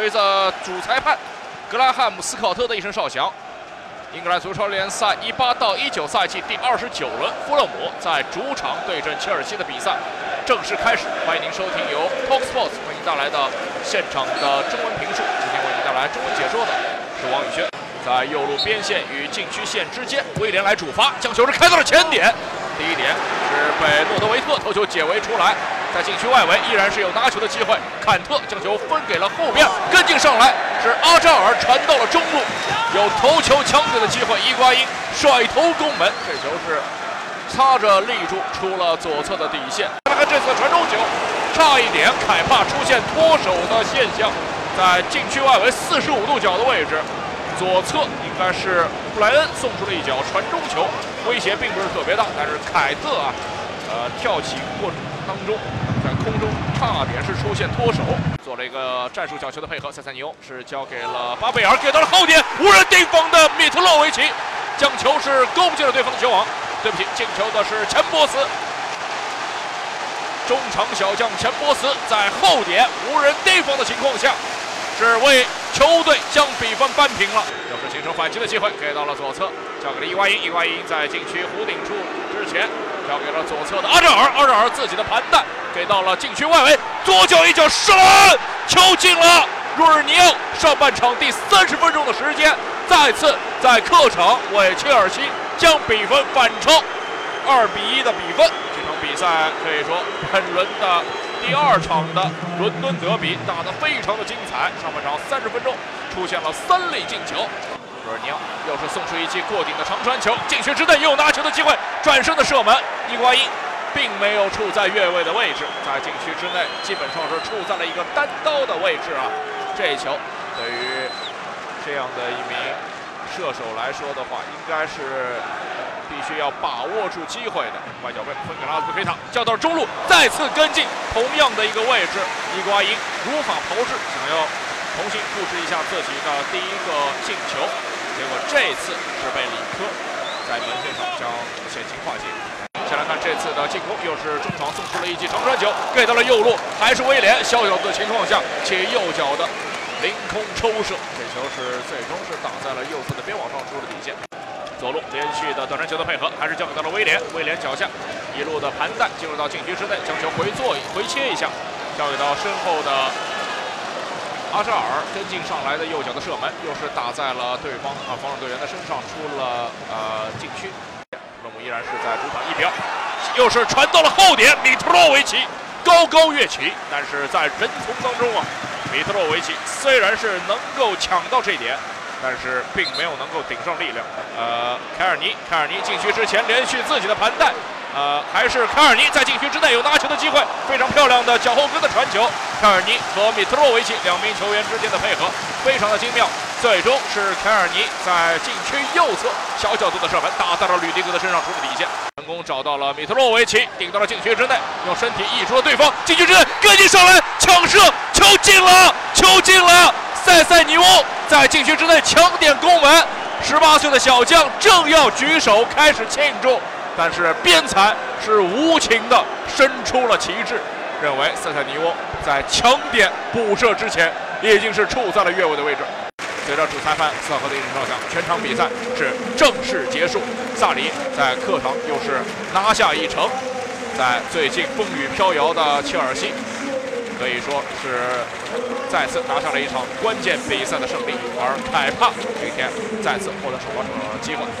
随着主裁判格拉汉姆·斯考特的一声哨响，英格兰足超联赛18到19赛季第29轮，富勒姆在主场对阵切尔西的比赛正式开始。欢迎您收听由 Talksports 为您带来的现场的中文评述。今天为您带来中文解说的是王宇轩。在右路边线与禁区线之间，威廉来主罚，将球是开到了前点。第一点是被诺德维特头球解围出来。 在禁区外围依然是有拿球的机会，坎特将球分给了后边，跟进上来是阿扎尔传到了中路，有头球抢点的机会，伊瓜因甩头攻门，这球是擦着立柱出了左侧的底线。看看这次传中球，差一点凯帕出现脱手的现象，在禁区外围45度角的位置，左侧应该是布莱恩送出了一脚传中球，威胁并不是特别大，但是凯特跳起过程当中，在空中差点是出现脱手，做了一个战术角球的配合。塞塞尼欧是交给了巴贝尔，给到了后点，无人盯防的米特洛维奇，将球是勾不进了对方的球网。对不起，进球的是钱波斯。中场小将钱波斯在后点无人盯防的情况下，是为球队将比分扳平了。又是形成反击的机会，给到了左侧，交给了伊瓜因。伊瓜因在禁区弧顶处之前。 交给了左侧的阿扎尔，阿扎尔自己的盘带给到了禁区外围，左脚一脚射门，球进了。若尔尼奥上半场第30分钟的时间，再次在客场为切尔西将比分反超2比1的比分。这场比赛可以说本轮的第2场的伦敦德比打得非常的精彩，上半场30分钟出现了3粒进球。 若尔尼奥又是送出一记过顶的长传球，禁区之内也有拿球的机会，转身的射门，伊瓜因并没有处在越位的位置，在禁区之内基本上是处在了一个单刀的位置啊。这一球对于这样的一名射手来说的话，应该是必须要把握住机会的。外脚背分给了阿斯皮奎塔，交到中路，再次跟进同样的一个位置，伊瓜因如法炮制，想要重新布置一下自己的第一个进球。 结果这次是被里科在门线上将险情化解。先来看这次的进攻，又是中场送出了一记长传球，给到了右路，还是威廉小角度的情况下，且右脚的凌空抽射，这球是最终是打在了右侧的边网上出了底线。左路连续的短传球的配合，还是交给到了威廉，威廉脚下一路的盘带进入到禁区之内，将球回切一下，交给到身后的。 阿扎尔跟进上来的右脚的射门，又是打在了对方防守队员的身上，出了禁区。勒姆依然是在主场1比2，又是传到了后点，米特洛维奇高高跃起，但是在人丛当中啊，米特洛维奇虽然是能够抢到这一点，但是并没有能够顶上力量。凯尔尼禁区之前连续自己的盘带。 还是凯尔尼在禁区之内有拿球的机会，非常漂亮的脚后跟的传球。凯尔尼和米特洛维奇2名球员之间的配合非常的精妙，最终是凯尔尼在禁区右侧小角度的射门打在了吕迪格的身上，出了底线，成功找到了米特洛维奇，顶到了禁区之内，用身体溢出了对方禁区之内，跟进上来抢射，球进了，球进了！塞塞尼欧在禁区之内抢点攻门，18岁的小将正要举手开始庆祝。 但是边裁是无情的伸出了旗帜，认为塞塞尼欧在抢点补射之前已经是处在了越位的位置。随着主裁判斯考特的一声哨响，全场比赛是正式结束。萨里在客场又是拿下一城，在最近风雨飘摇的切尔西，可以说是再次拿下了一场关键比赛的胜利。而凯帕今天再次获得首发出场的机会。